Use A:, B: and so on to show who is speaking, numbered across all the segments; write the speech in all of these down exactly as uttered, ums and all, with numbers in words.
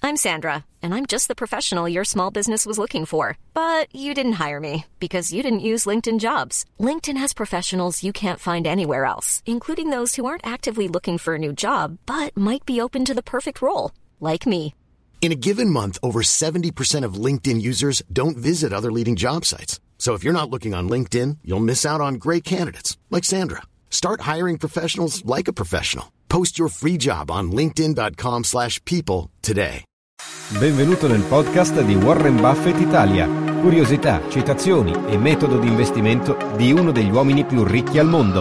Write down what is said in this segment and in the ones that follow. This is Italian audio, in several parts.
A: I'm Sandra, and I'm just the professional your small business was looking for. But you didn't hire me because you didn't use LinkedIn Jobs. LinkedIn has professionals you can't find anywhere else, including those who aren't actively looking for a new job, but might be open to the perfect role, like me.
B: In a given month, over seventy percent of LinkedIn users don't visit other leading job sites. So if you're not looking on LinkedIn, you'll miss out on great candidates like Sandra. Start hiring professionals like a professional. Post your free job on linkedin.com slash people today.
C: Benvenuto nel podcast di Warren Buffett Italia. Curiosità, citazioni e metodo di investimento di uno degli uomini più ricchi al mondo.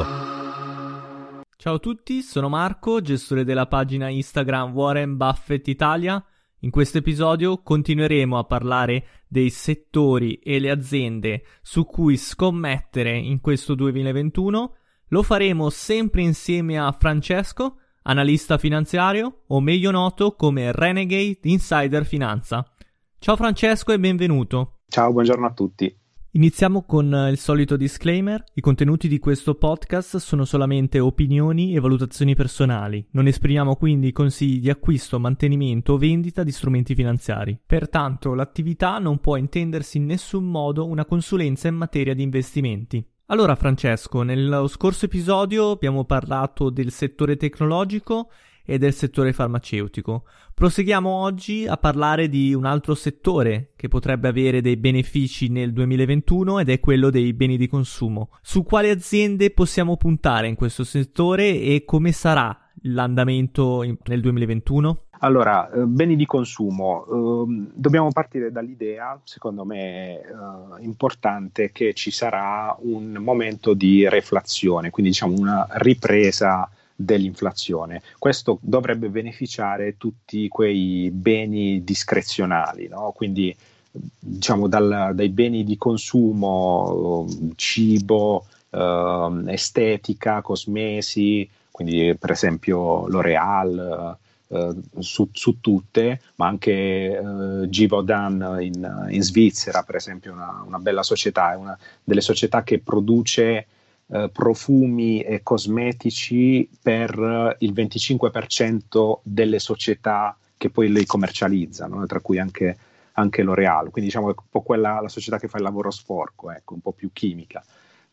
D: Ciao a tutti, sono Marco, gestore della pagina Instagram Warren Buffett Italia. In questo episodio continueremo a parlare dei settori e le aziende su cui scommettere in questo duemilaventuno. Lo faremo sempre insieme a Francesco, analista finanziario o meglio noto come Renegade Insider Finanza. Ciao Francesco e benvenuto.
E: Ciao, buongiorno a tutti.
D: Iniziamo con il solito disclaimer. I contenuti di questo podcast sono solamente opinioni e valutazioni personali. Non esprimiamo quindi consigli di acquisto, mantenimento o vendita di strumenti finanziari. Pertanto, l'attività non può intendersi in nessun modo una consulenza in materia di investimenti. Allora Francesco, nello scorso episodio abbiamo parlato del settore tecnologico e del settore farmaceutico. Proseguiamo oggi a parlare di un altro settore che potrebbe avere dei benefici nel duemilaventuno ed è quello dei beni di consumo. Su quali aziende possiamo puntare in questo settore e come sarà l'andamento in, nel duemilaventuno?
E: Allora, eh, beni di consumo. Eh, dobbiamo partire dall'idea, secondo me, eh, importante che ci sarà un momento di reflazione, quindi diciamo una ripresa dell'inflazione. Questo dovrebbe beneficiare tutti quei beni discrezionali, no? Quindi diciamo dal, dai beni di consumo, cibo, eh, estetica, cosmesi, quindi per esempio L'Oréal, eh, su, su tutte, ma anche eh, Givaudan in, in Svizzera, per esempio, una, una bella società, è una delle società che produce Uh, profumi e cosmetici per il venticinque per cento delle società che poi li commercializzano, tra cui anche, anche L'Oréal. Quindi diciamo è un po' quella la società che fa il lavoro sporco, ecco, un po' più chimica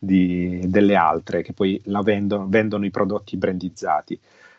E: di, delle altre, che poi la vendono, vendono i prodotti brandizzati.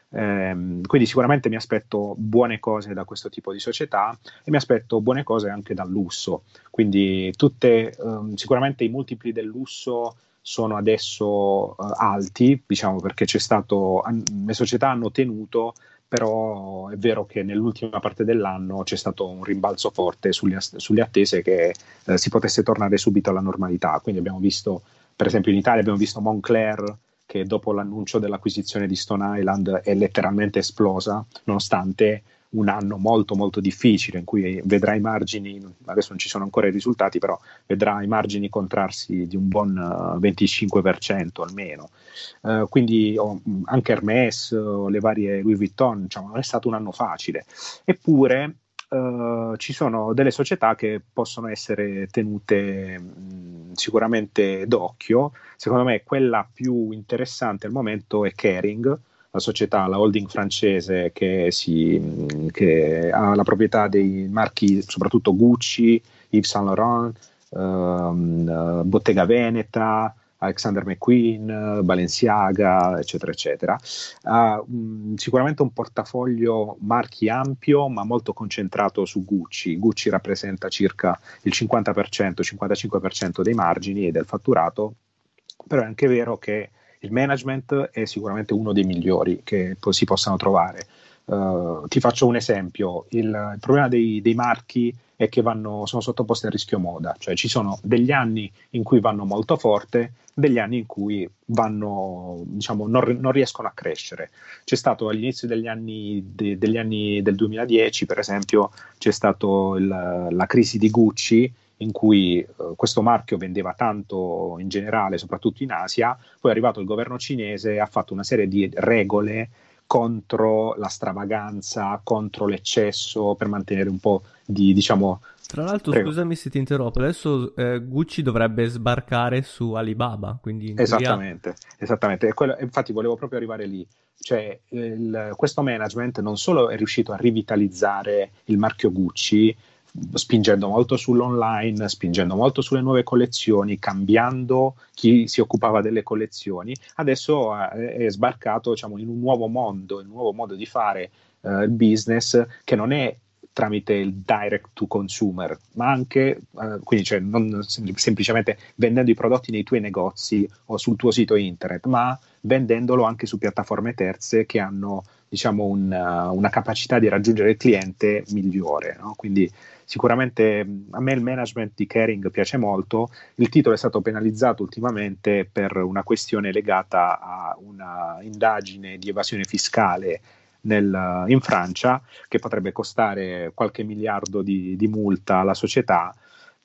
E: Um, quindi sicuramente mi aspetto buone cose da questo tipo di società e mi aspetto buone cose anche dal lusso. Quindi tutte, um, sicuramente i multipli del lusso sono adesso uh, alti, diciamo, perché c'è stato, an- le società hanno tenuto, però è vero che nell'ultima parte dell'anno c'è stato un rimbalzo forte sulle, as- sulle attese che uh, si potesse tornare subito alla normalità. Quindi abbiamo visto, per esempio in Italia abbiamo visto Moncler, che dopo l'annuncio dell'acquisizione di Stone Island è letteralmente esplosa, nonostante un anno molto molto difficile in cui vedrà i margini, adesso non ci sono ancora i risultati, però vedrà i margini contrarsi di un buon uh, venticinque per cento almeno. Uh, quindi oh, anche Hermès, uh, le varie Louis Vuitton, diciamo, non è stato un anno facile. Eppure uh, ci sono delle società che possono essere tenute mh, sicuramente d'occhio. Secondo me quella più interessante al momento è Kering, la società, la holding francese che, si, che ha la proprietà dei marchi soprattutto Gucci, Yves Saint Laurent, ehm, Bottega Veneta, Alexander McQueen, Balenciaga, eccetera, eccetera. Ha um, sicuramente un portafoglio marchi ampio, ma molto concentrato su Gucci. Gucci rappresenta circa il cinquanta per cento, cinquantacinque per cento dei margini e del fatturato, però è anche vero che il management è sicuramente uno dei migliori che po- si possano trovare. Uh, ti faccio un esempio: il, il problema dei, dei marchi è che vanno, sono sottoposti a rischio moda, cioè ci sono degli anni in cui vanno molto forte, degli anni in cui vanno, diciamo, non, non riescono a crescere. C'è stato all'inizio degli anni, de, degli anni del duemiladieci, per esempio, c'è stato il, la crisi di Gucci, in cui eh, questo marchio vendeva tanto in generale, soprattutto in Asia. Poi è arrivato il governo cinese e ha fatto una serie di regole contro la stravaganza, contro l'eccesso, per mantenere un po' di, diciamo,
D: Tra l'altro,
E: Prego.
D: scusami se ti interrompo, adesso eh, Gucci dovrebbe sbarcare su Alibaba, quindi in teoria...
E: Esattamente, esattamente. E quello, infatti volevo proprio arrivare lì. Cioè, il, questo management non solo è riuscito a rivitalizzare il marchio Gucci, spingendo molto sull'online, spingendo molto sulle nuove collezioni, cambiando chi si occupava delle collezioni, adesso è, è sbarcato, diciamo, in un nuovo mondo, in un nuovo modo di fare eh, il business, che non è tramite il direct to consumer, ma anche eh, quindi cioè non sem- semplicemente vendendo i prodotti nei tuoi negozi o sul tuo sito internet, ma vendendolo anche su piattaforme terze che hanno, diciamo, un, uh, una capacità di raggiungere il cliente migliore, no? Quindi sicuramente a me il management di Kering piace molto. Il titolo è stato penalizzato ultimamente per una questione legata a una indagine di evasione fiscale nel, in Francia, che potrebbe costare qualche miliardo di, di multa alla società.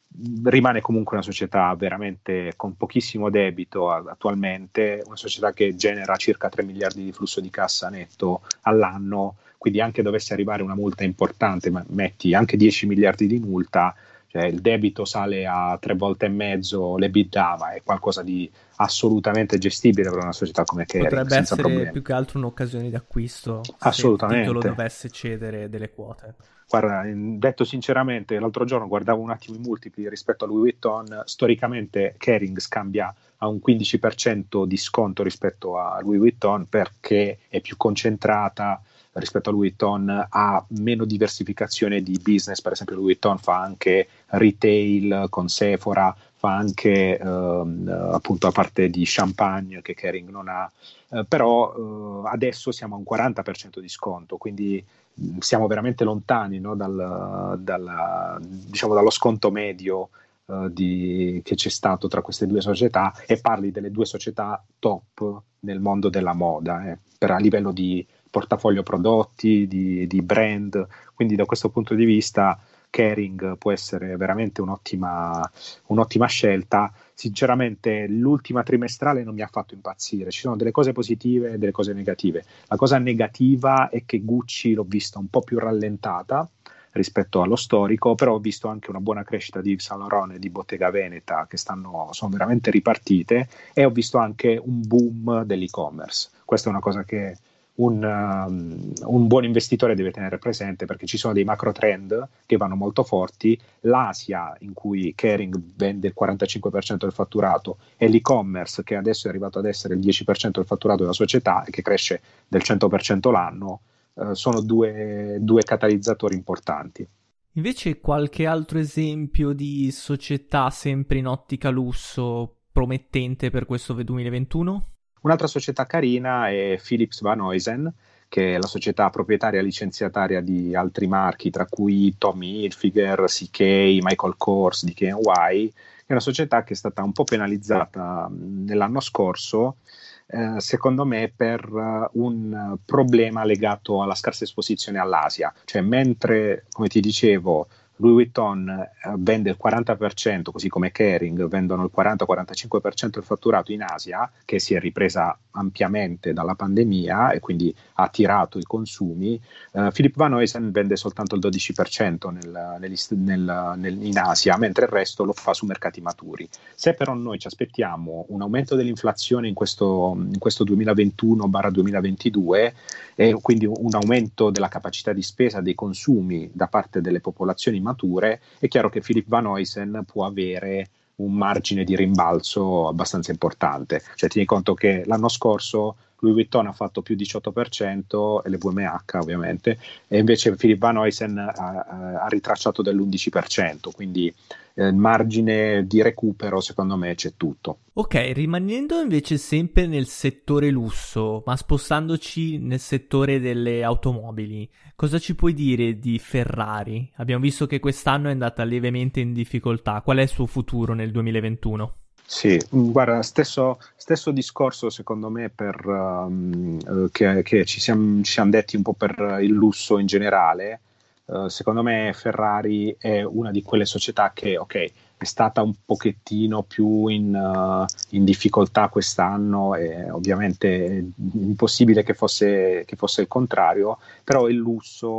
E: Rimane comunque una società veramente con pochissimo debito attualmente, una società che genera circa tre miliardi di flusso di cassa netto all'anno, quindi anche dovesse arrivare una multa importante, ma metti anche dieci miliardi di multa, cioè il debito sale a tre volte e mezzo l'EBITDA, ma è qualcosa di assolutamente gestibile per una società come Kering.
D: Potrebbe
E: senza
D: essere
E: problemi.
D: Più che altro un'occasione d'acquisto
E: Assolutamente.
D: se il titolo dovesse cedere delle quote.
E: Guarda, detto sinceramente, l'altro giorno guardavo un attimo i multipli rispetto a Louis Vuitton. Storicamente Kering scambia a un quindici per cento di sconto rispetto a Louis Vuitton, perché è più concentrata rispetto a Louis Vuitton, ha meno diversificazione di business. Per esempio Louis Vuitton fa anche retail con Sephora, fa anche ehm, appunto a parte di champagne che Kering non ha, eh, però eh, adesso siamo a un quaranta per cento di sconto, quindi mh, siamo veramente lontani, no, dal, dal, diciamo, dallo sconto medio eh, di, che c'è stato tra queste due società, e parli delle due società top nel mondo della moda, eh, per a livello di portafoglio prodotti, di, di brand. Quindi da questo punto di vista Kering può essere veramente un'ottima, un'ottima scelta. Sinceramente l'ultima trimestrale non mi ha fatto impazzire, ci sono delle cose positive e delle cose negative. La cosa negativa è che Gucci l'ho vista un po' più rallentata rispetto allo storico, però ho visto anche una buona crescita di Yves Saint Laurent e di Bottega Veneta, che stanno, sono veramente ripartite, e ho visto anche un boom dell'e-commerce. Questa è una cosa che Un, um, un buon investitore deve tenere presente, perché ci sono dei macro trend che vanno molto forti. L'Asia, in cui Kering vende il quarantacinque per cento del fatturato, e l'e-commerce, che adesso è arrivato ad essere il dieci per cento del fatturato della società e che cresce del cento per cento l'anno, uh, sono due, due catalizzatori importanti.
D: Invece qualche altro esempio di società sempre in ottica lusso promettente per questo duemilaventuno?
E: Un'altra società carina è Philips Van Heusen, che è la società proprietaria licenziataria di altri marchi, tra cui Tommy Hilfiger, C K, Michael Kors, D K N Y. È una società che è stata un po' penalizzata nell'anno scorso, eh, secondo me per uh, un problema legato alla scarsa esposizione all'Asia. Cioè, mentre, come ti dicevo, Louis Vuitton eh, vende il quaranta per cento, così come Kering vendono il quaranta quarantacinque per cento del fatturato in Asia, che si è ripresa ampiamente dalla pandemia e quindi ha attirato i consumi. eh, Philips Van Heusen vende soltanto il dodici per cento nel, nel, nel, nel, in Asia, mentre il resto lo fa su mercati maturi. Se però noi ci aspettiamo un aumento dell'inflazione in questo, in questo duemilaventuno duemilaventidue, e quindi un aumento della capacità di spesa dei consumi da parte delle popolazioni mature, è chiaro che Philips Van Heusen può avere un margine di rimbalzo abbastanza importante. Cioè, tieni conto che l'anno scorso Louis Vuitton ha fatto più diciotto per cento, e le V M H ovviamente, e invece Philips Van Heusen ha, ha ritracciato dell'undici per cento, quindi eh, il margine di recupero secondo me c'è tutto.
D: Ok, rimanendo invece sempre nel settore lusso, ma spostandoci nel settore delle automobili, cosa ci puoi dire di Ferrari? Abbiamo visto che quest'anno è andata lievemente in difficoltà. Qual è il suo futuro nel duemilaventuno?
E: Sì, guarda, stesso, stesso discorso secondo me per, um, che, che ci siamo, ci siamo detti un po' per il lusso in generale. Uh, secondo me Ferrari è una di quelle società che, ok, è stata un pochettino più in, uh, in difficoltà quest'anno, e ovviamente è impossibile che fosse, che fosse il contrario, però il lusso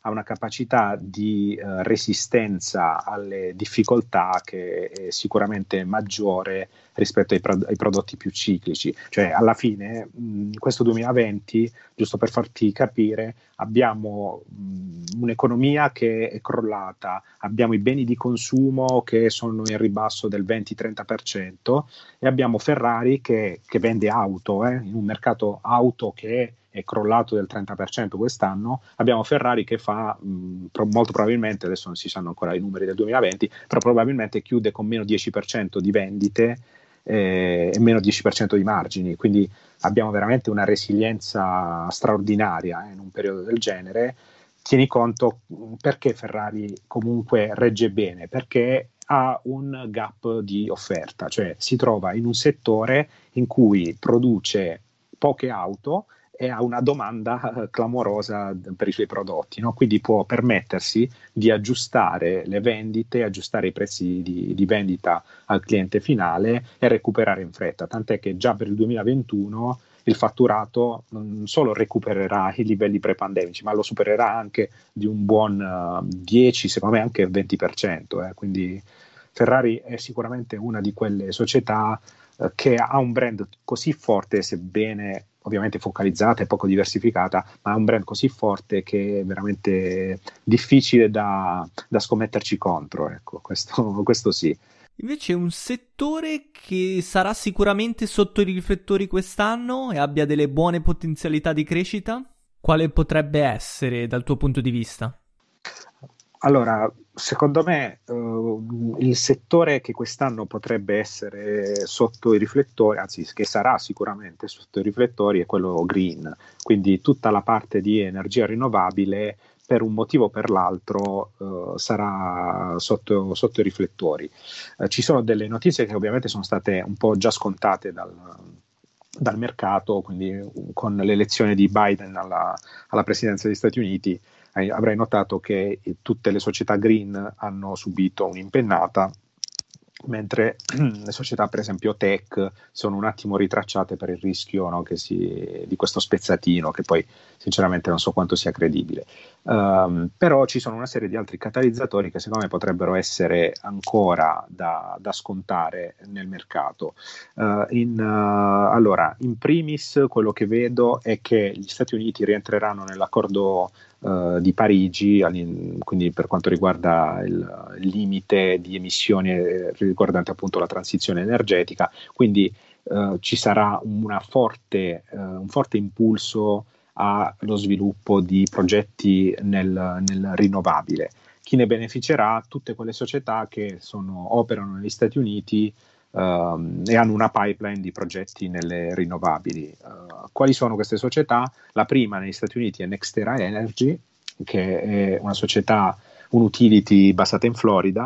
E: ha una capacità di eh, resistenza alle difficoltà che è sicuramente maggiore rispetto ai, pro- ai prodotti più ciclici. Cioè, alla fine, in questo duemilaventi, giusto per farti capire, abbiamo mh, un'economia che è crollata, abbiamo i beni di consumo che sono in ribasso del venti-trenta per cento e abbiamo Ferrari che, che vende auto, eh, in un mercato auto che è crollato del trenta per cento quest'anno. Abbiamo Ferrari che fa mh, pro- molto probabilmente, adesso non si sanno ancora i numeri del duemilaventi, però probabilmente chiude con meno dieci per cento di vendite eh, e meno dieci per cento di margini, quindi abbiamo veramente una resilienza straordinaria eh, in un periodo del genere. Tieni conto perché Ferrari comunque regge bene, perché ha un gap di offerta, cioè si trova in un settore in cui produce poche auto e ha una domanda clamorosa per i suoi prodotti, no? Quindi può permettersi di aggiustare le vendite, aggiustare i prezzi di, di vendita al cliente finale e recuperare in fretta, tant'è che già per il duemilaventuno il fatturato non solo recupererà i livelli pre-pandemici, ma lo supererà anche di un buon uh, dieci, secondo me anche venti per cento. Eh. Quindi Ferrari è sicuramente una di quelle società uh, che ha un brand così forte, sebbene ovviamente focalizzata e poco diversificata, ma ha un brand così forte che è veramente difficile da, da scommetterci contro. Ecco, questo, questo sì.
D: Invece un settore che sarà sicuramente sotto i riflettori quest'anno e abbia delle buone potenzialità di crescita, quale potrebbe essere dal tuo punto di vista?
E: Allora, secondo me uh, il settore che quest'anno potrebbe essere sotto i riflettori, anzi che sarà sicuramente sotto i riflettori, è quello green, quindi tutta la parte di energia rinnovabile per un motivo o per l'altro uh, sarà sotto, sotto i riflettori. Uh, ci sono delle notizie che ovviamente sono state un po' già scontate dal, dal mercato, quindi con l'elezione di Biden alla, alla presidenza degli Stati Uniti eh, avrai notato che tutte le società green hanno subito un'impennata, mentre le società per esempio tech sono un attimo ritracciate per il rischio, no, che si, di questo spezzatino che poi sinceramente non so quanto sia credibile. Um, però ci sono una serie di altri catalizzatori che secondo me potrebbero essere ancora da, da scontare nel mercato. Uh, in, uh, allora, in primis quello che vedo è che gli Stati Uniti rientreranno nell'accordo Uh, di Parigi, quindi per quanto riguarda il, il limite di emissioni eh, riguardante appunto la transizione energetica, quindi uh, ci sarà una forte, uh, un forte impulso allo sviluppo di progetti nel, nel rinnovabile. Chi ne beneficerà? Tutte quelle società che sono, operano negli Stati Uniti Uh, e hanno una pipeline di progetti nelle rinnovabili. Uh, quali sono queste società? La prima negli Stati Uniti è NextEra Energy, che è una società, un utility basata in Florida,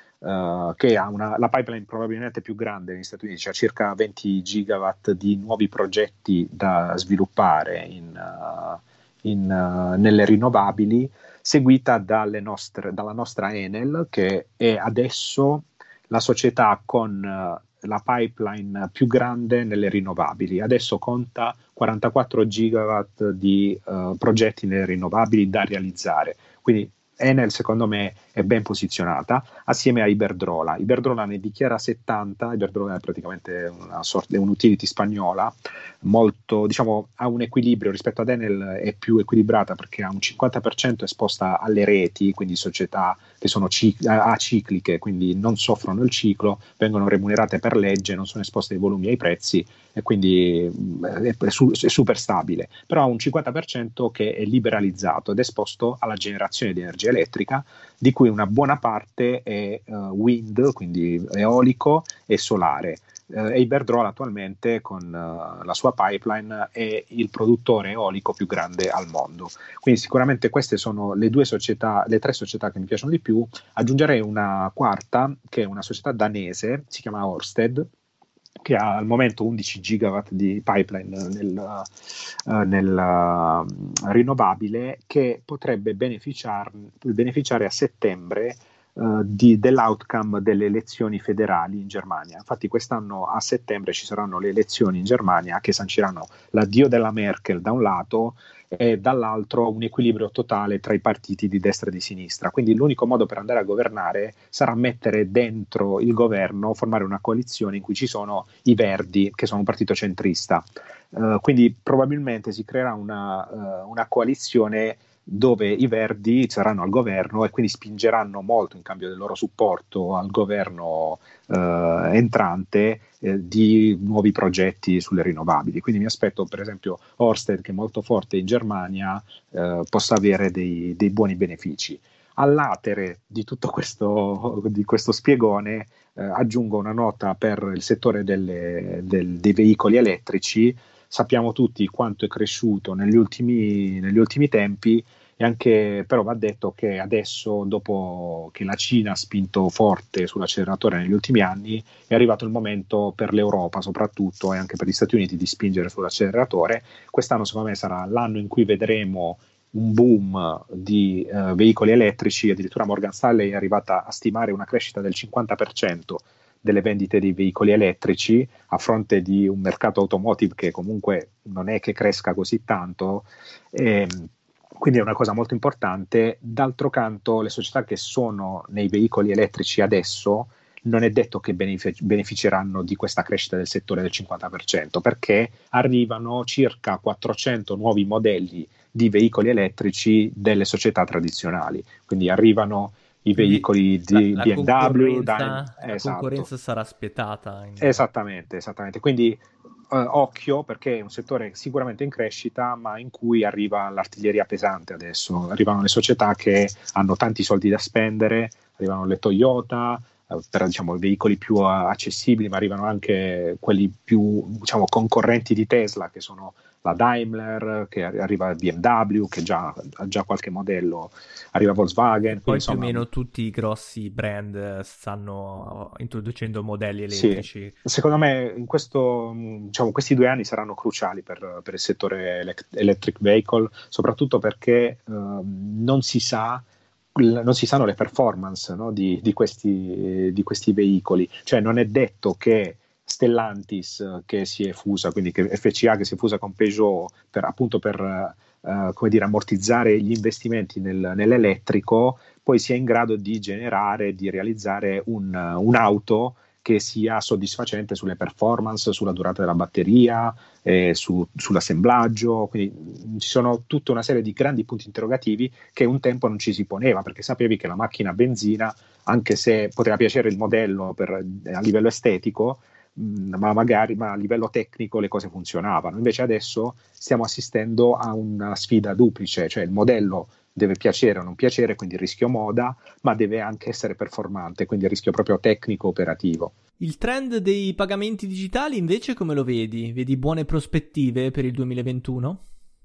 E: uh, che ha una, la pipeline probabilmente più grande negli Stati Uniti, cioè circa venti gigawatt di nuovi progetti da sviluppare in, uh, in, uh, nelle rinnovabili, seguita dalle nostre, dalla nostra Enel, che è adesso la società con uh, la pipeline più grande nelle rinnovabili. Adesso conta quarantaquattro gigawatt di uh, progetti nelle rinnovabili da realizzare. Quindi Enel secondo me è ben posizionata assieme a Iberdrola. Iberdrola ne dichiara settanta, Iberdrola è praticamente una sorta, è un'utility spagnola, molto, diciamo, ha un equilibrio rispetto ad Enel, è più equilibrata perché ha un cinquanta per cento esposta alle reti, quindi società che sono cic- acicliche, quindi non soffrono il ciclo, vengono remunerate per legge, non sono esposte ai volumi e ai prezzi e quindi è, è, su- è super stabile, però ha un cinquanta per cento che è liberalizzato ed è esposto alla generazione di energia elettrica, di cui una buona parte è uh, wind, quindi eolico e solare. Uh, e Iberdrola attualmente con uh, la sua pipeline è il produttore eolico più grande al mondo. Quindi sicuramente queste sono le due società, le tre società che mi piacciono di più. Aggiungerei una quarta che è una società danese, si chiama Ørsted, che ha al momento undici gigawatt di pipeline nel, uh, nel uh, rinnovabile, che potrebbe beneficiar, beneficiare a settembre uh, di, dell'outcome delle elezioni federali in Germania. Infatti quest'anno a settembre ci saranno le elezioni in Germania che sanciranno l'addio della Merkel da un lato e dall'altro un equilibrio totale tra i partiti di destra e di sinistra. Quindi l'unico modo per andare a governare sarà mettere dentro il governo, formare una coalizione in cui ci sono i Verdi, che sono un partito centrista. Uh, quindi probabilmente si creerà una, uh, una coalizione dove i Verdi saranno al governo e quindi spingeranno molto in cambio del loro supporto al governo eh, entrante eh, di nuovi progetti sulle rinnovabili. Quindi mi aspetto per esempio Ørsted, che è molto forte in Germania, eh, possa avere dei, dei buoni benefici. All'atere di tutto questo, di questo spiegone eh, aggiungo una nota per il settore delle, del, dei veicoli elettrici. Sappiamo tutti quanto è cresciuto negli ultimi, negli ultimi tempi, e anche però va detto che adesso, dopo che la Cina ha spinto forte sull'acceleratore negli ultimi anni, è arrivato il momento per l'Europa soprattutto e anche per gli Stati Uniti di spingere sull'acceleratore. Quest'anno secondo me sarà l'anno in cui vedremo un boom di uh, veicoli elettrici. Addirittura Morgan Stanley è arrivata a stimare una crescita del cinquanta per cento delle vendite di veicoli elettrici, a fronte di un mercato automotive che comunque non è che cresca così tanto, e quindi è una cosa molto importante. D'altro canto, le società che sono nei veicoli elettrici adesso non è detto che benefic- beneficeranno di questa crescita del settore del cinquanta per cento, perché arrivano circa quattrocento nuovi modelli di veicoli elettrici delle società tradizionali, quindi arrivano i veicoli di
D: la, la
E: B M W,
D: concorrenza,
E: Daimler,
D: la
E: esatto.
D: concorrenza sarà spietata. In...
E: Esattamente, esattamente. Quindi eh, occhio, perché è un settore sicuramente in crescita, ma in cui arriva l'artiglieria pesante adesso. Arrivano le società che hanno tanti soldi da spendere, arrivano le Toyota, eh, per diciamo i veicoli più uh, accessibili, ma arrivano anche quelli più diciamo concorrenti di Tesla, che sono la Daimler, che arriva B M W, che già, ha già qualche modello, arriva Volkswagen.
D: Poi
E: insomma,
D: più o meno tutti i grossi brand stanno introducendo modelli elettrici.
E: Sì, secondo me in questo, diciamo, questi due anni saranno cruciali per, per il settore elect- electric vehicle, soprattutto perché uh, non si sa non si sanno le performance, no, di, di, questi, di questi veicoli. Cioè non è detto che Stellantis, che si è fusa, quindi che F C A che si è fusa con Peugeot per, appunto per uh, come dire, ammortizzare gli investimenti nel, nell'elettrico, poi sia in grado di generare, di realizzare un, un'auto che sia soddisfacente sulle performance, sulla durata della batteria, eh, su, sull'assemblaggio. Quindi ci sono tutta una serie di grandi punti interrogativi che un tempo non ci si poneva, perché sapevi che la macchina a benzina, anche se poteva piacere il modello per, a livello estetico, mh, ma magari ma a livello tecnico le cose funzionavano. Invece adesso stiamo assistendo a una sfida duplice, cioè il modello deve piacere o non piacere, quindi il rischio moda, ma deve anche essere performante, quindi il rischio proprio tecnico-operativo.
D: Il trend dei pagamenti digitali invece come lo vedi? Vedi buone prospettive per il duemilaventuno?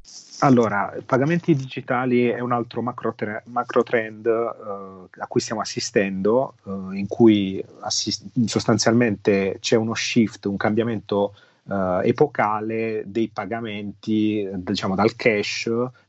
E: Allora, pagamenti digitali è un altro macro, tre- macro trend uh, a cui stiamo assistendo, uh, in cui assist- sostanzialmente c'è uno shift, un cambiamento Uh, epocale dei pagamenti, diciamo dal cash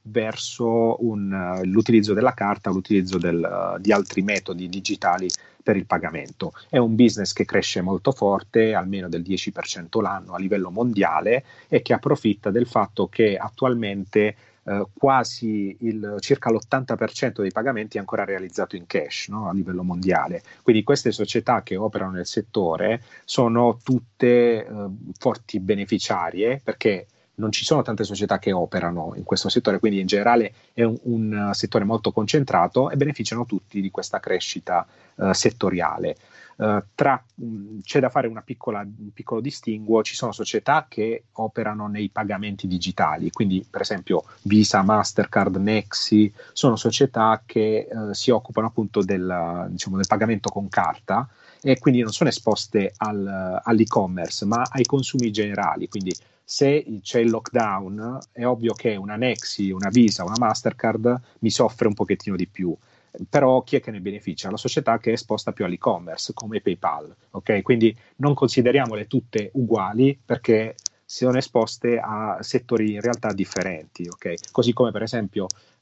E: verso un, uh, l'utilizzo della carta, l'utilizzo del, uh, di altri metodi digitali per il pagamento. È un business che cresce molto forte, almeno del dieci per cento l'anno a livello mondiale, e che approfitta del fatto che attualmente Uh, quasi il, circa l'ottanta per cento dei pagamenti è ancora realizzato in cash, no, a livello mondiale. Quindi queste società che operano nel settore sono tutte uh, forti beneficiarie, perché non ci sono tante società che operano in questo settore, quindi in generale è un, un settore molto concentrato e beneficiano tutti di questa crescita uh, settoriale. Uh, tra, mh, c'è da fare una piccola, un piccolo distinguo. Ci sono società che operano nei pagamenti digitali, quindi per esempio Visa, Mastercard, Nexi sono società che uh, si occupano appunto del, diciamo, del pagamento con carta, e quindi non sono esposte al, all'e-commerce ma ai consumi generali. Quindi se c'è il lockdown è ovvio che una Nexi, una Visa, una Mastercard mi soffre un pochettino di più. Però chi è che ne beneficia? La società che è esposta più all'e-commerce, come PayPal, ok? Quindi non consideriamole tutte uguali, perché sono esposte a settori in realtà differenti, ok? Così come per esempio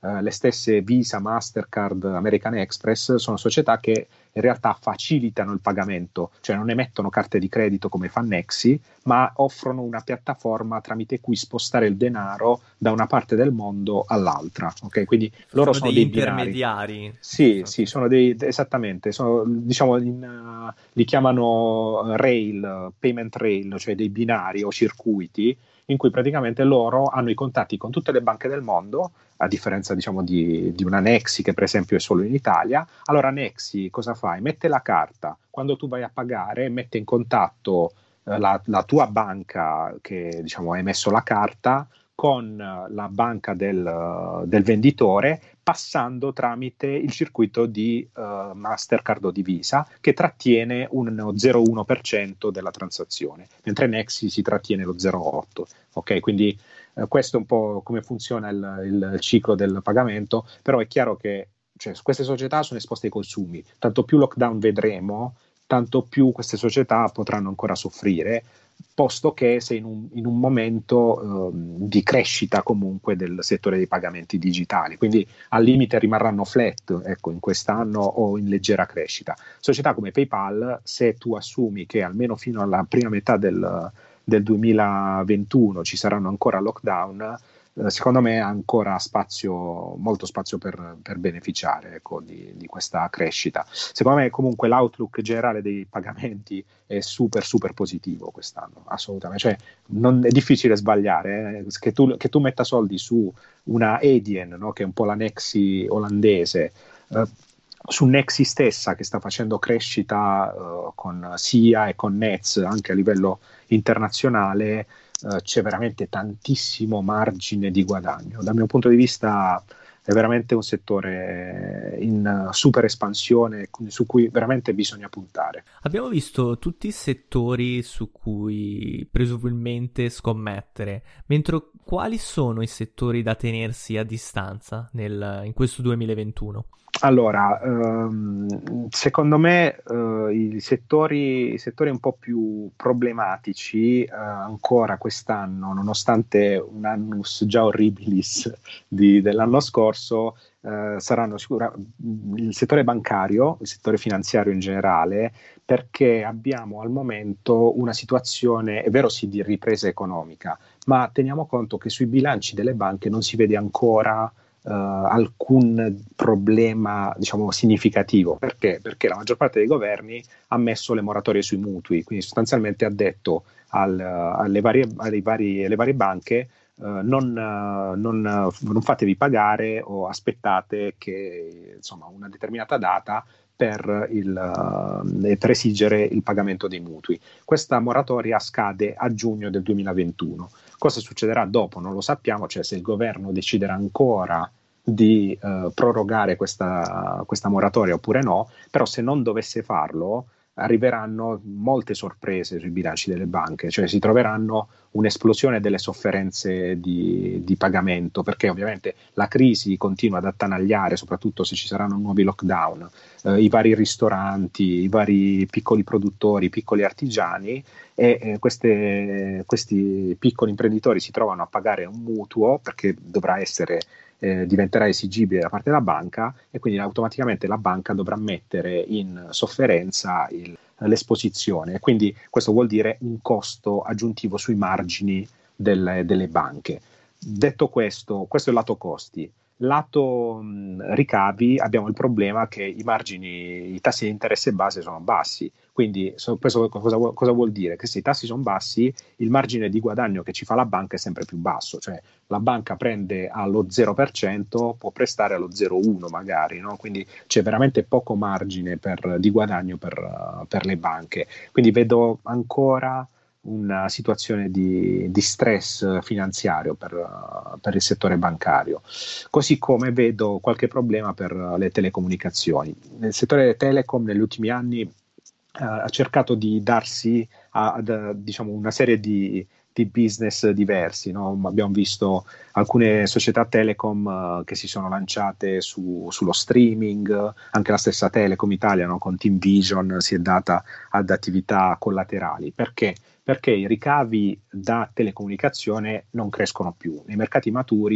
E: Uh, le stesse Visa, Mastercard, American Express sono società che in realtà facilitano il pagamento, cioè non emettono carte di credito come fa Nexi, ma offrono una piattaforma tramite cui spostare il denaro da una parte del mondo all'altra. Ok, quindi
D: sono
E: loro sono
D: degli
E: dei
D: intermediari.
E: Binari. Sì, sì, sono dei esattamente, sono, diciamo in, uh, li chiamano rail, payment rail, cioè dei binari o circuiti in cui praticamente loro hanno i contatti con tutte le banche del mondo, a differenza diciamo di, di una Nexi che per esempio è solo in Italia. Allora Nexi cosa fai? Mette la carta, quando tu vai a pagare mette in contatto eh, la, la tua banca che diciamo ha emesso la carta con la banca del, del venditore, passando tramite il circuito di uh, Mastercard o di Visa, che trattiene uno zero virgola uno per cento della transazione, mentre Nexi si trattiene lo zero virgola otto per cento. Ok, quindi uh, questo è un po' come funziona il, il ciclo del pagamento, però è chiaro che cioè, queste società sono esposte ai consumi, tanto più lockdown vedremo, tanto più queste società potranno ancora soffrire, posto che sei in un, in un momento eh, di crescita comunque del settore dei pagamenti digitali, quindi al limite rimarranno flat, ecco, in quest'anno o in leggera crescita. Società come PayPal, se tu assumi che almeno fino alla prima metà del, del duemilaventuno ci saranno ancora lockdown, eh, secondo me ha ancora spazio, molto spazio per, per beneficiare, ecco, di, di questa crescita. Secondo me comunque l'outlook generale dei pagamenti è super super positivo quest'anno, assolutamente, cioè non è difficile sbagliare, eh? che, tu, che tu metta soldi su una Adyen, no? Che è un po' la Nexi olandese, eh, su Nexi stessa che sta facendo crescita uh, con S I A e con Nets anche a livello internazionale, uh, c'è veramente tantissimo margine di guadagno. Dal mio punto di vista è veramente un settore in super espansione su cui veramente bisogna puntare.
D: Abbiamo visto tutti i settori su cui presumibilmente scommettere, mentre quali sono i settori da tenersi a distanza nel, in questo duemilaventuno?
E: Allora, ehm, secondo me eh, i settori, i settori un po' più problematici eh, ancora quest'anno, nonostante un annus già horribilis di, dell'anno scorso, eh, saranno sicuramente il settore bancario, il settore finanziario in generale, perché abbiamo al momento una situazione, è vero sì, di ripresa economica, ma teniamo conto che sui bilanci delle banche non si vede ancora Uh, alcun problema diciamo significativo. Perché? Perché la maggior parte dei governi ha messo le moratorie sui mutui, quindi sostanzialmente ha detto al, alle, varie, alle, varie, alle varie banche uh, non, uh, non, uh, non fatevi pagare o aspettate che insomma una determinata data per, il, uh, per esigere il pagamento dei mutui. Questa moratoria scade a giugno del duemilaventuno. Cosa succederà dopo? Non lo sappiamo, cioè se il governo deciderà ancora di uh, prorogare questa, questa moratoria oppure no, però se non dovesse farlo arriveranno molte sorprese sui bilanci delle banche, cioè si troveranno un'esplosione delle sofferenze di, di pagamento, perché ovviamente la crisi continua ad attanagliare, soprattutto se ci saranno nuovi lockdown, eh, i vari ristoranti, i vari piccoli produttori, i piccoli artigiani, e eh, queste, questi piccoli imprenditori si trovano a pagare un mutuo perché dovrà essere Eh, diventerà esigibile da parte della banca, e quindi automaticamente la banca dovrà mettere in sofferenza il, l'esposizione, e quindi questo vuol dire un costo aggiuntivo sui margini del, delle banche. Detto questo, questo è il lato costi. Lato mh, ricavi abbiamo il problema che i margini, i tassi di interesse base sono bassi, quindi so, questo cosa, cosa vuol dire? Che se i tassi sono bassi il margine di guadagno che ci fa la banca è sempre più basso, cioè la banca prende allo zero per cento, può prestare allo zero virgola uno magari, no? Quindi c'è veramente poco margine per, di guadagno per, uh, per le banche, quindi vedo ancora una situazione di, di stress finanziario per, uh, per il settore bancario, così come vedo qualche problema per uh, le telecomunicazioni. Nel settore telecom negli ultimi anni uh, ha cercato di darsi ad uh, diciamo una serie di di business diversi, no? Abbiamo visto alcune società telecom uh, che si sono lanciate su, sullo streaming, anche la stessa Telecom Italia, no? Con TeamVision si è data ad attività collaterali. Perché? Perché i ricavi da telecomunicazione non crescono più. Nei mercati maturi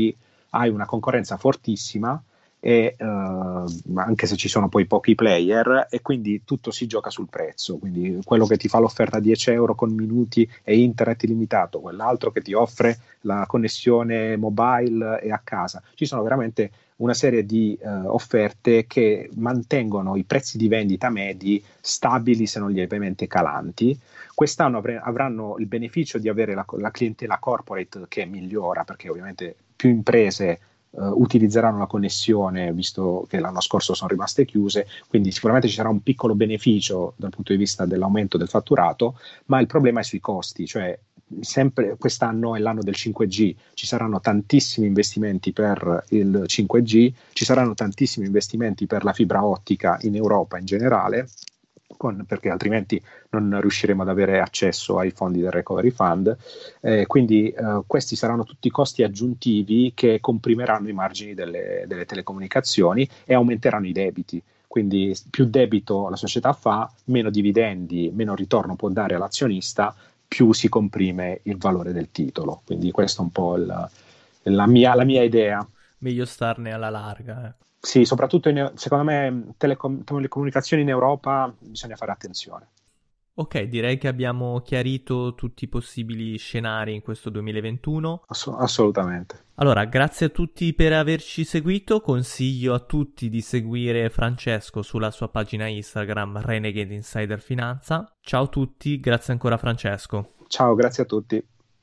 E: hai una concorrenza fortissima, e, uh, anche se ci sono poi pochi player, e quindi tutto si gioca sul prezzo, quindi quello che ti fa l'offerta a dieci euro con minuti e internet illimitato, quell'altro che ti offre la connessione mobile e a casa. Ci sono veramente una serie di uh, offerte che mantengono i prezzi di vendita medi stabili, se non lievemente calanti. Quest'anno avre- avranno il beneficio di avere la, la clientela corporate che migliora, perché ovviamente più imprese Uh, utilizzeranno la connessione, visto che l'anno scorso sono rimaste chiuse, quindi sicuramente ci sarà un piccolo beneficio dal punto di vista dell'aumento del fatturato, ma il problema è sui costi, cioè sempre quest'anno è l'anno del cinque G, ci saranno tantissimi investimenti per il cinque G, ci saranno tantissimi investimenti per la fibra ottica in Europa in generale, Con, perché altrimenti non riusciremo ad avere accesso ai fondi del Recovery Fund, eh, quindi eh, questi saranno tutti costi aggiuntivi che comprimeranno i margini delle, delle telecomunicazioni e aumenteranno i debiti. Quindi più debito la società fa, meno dividendi, meno ritorno può dare all'azionista, più si comprime il valore del titolo. Quindi questa è un po' il, la, mia, la mia idea.
D: Meglio starne alla larga, eh.
E: Sì, soprattutto in, secondo me telecom- telecomunicazioni in Europa bisogna fare attenzione.
D: Ok, direi che abbiamo chiarito tutti i possibili scenari in questo duemilaventuno.
E: Ass- assolutamente.
D: Allora, grazie a tutti per averci seguito. Consiglio a tutti di seguire Francesco sulla sua pagina Instagram Renegade Insider Finanza. Ciao a tutti, grazie ancora Francesco.
E: Ciao, grazie a tutti.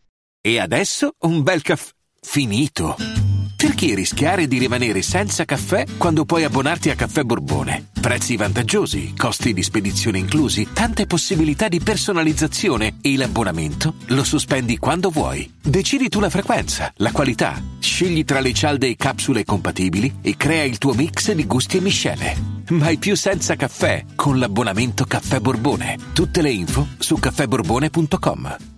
F: E adesso un bel caffè finito. Perché rischiare di rimanere senza caffè quando puoi abbonarti a Caffè Borbone? Prezzi vantaggiosi, costi di spedizione inclusi, tante possibilità di personalizzazione e l'abbonamento lo sospendi quando vuoi. Decidi tu la frequenza, la qualità, scegli tra le cialde e capsule compatibili e crea il tuo mix di gusti e miscele. Mai più senza caffè con l'abbonamento Caffè Borbone. Tutte le info su caffè borbone punto com.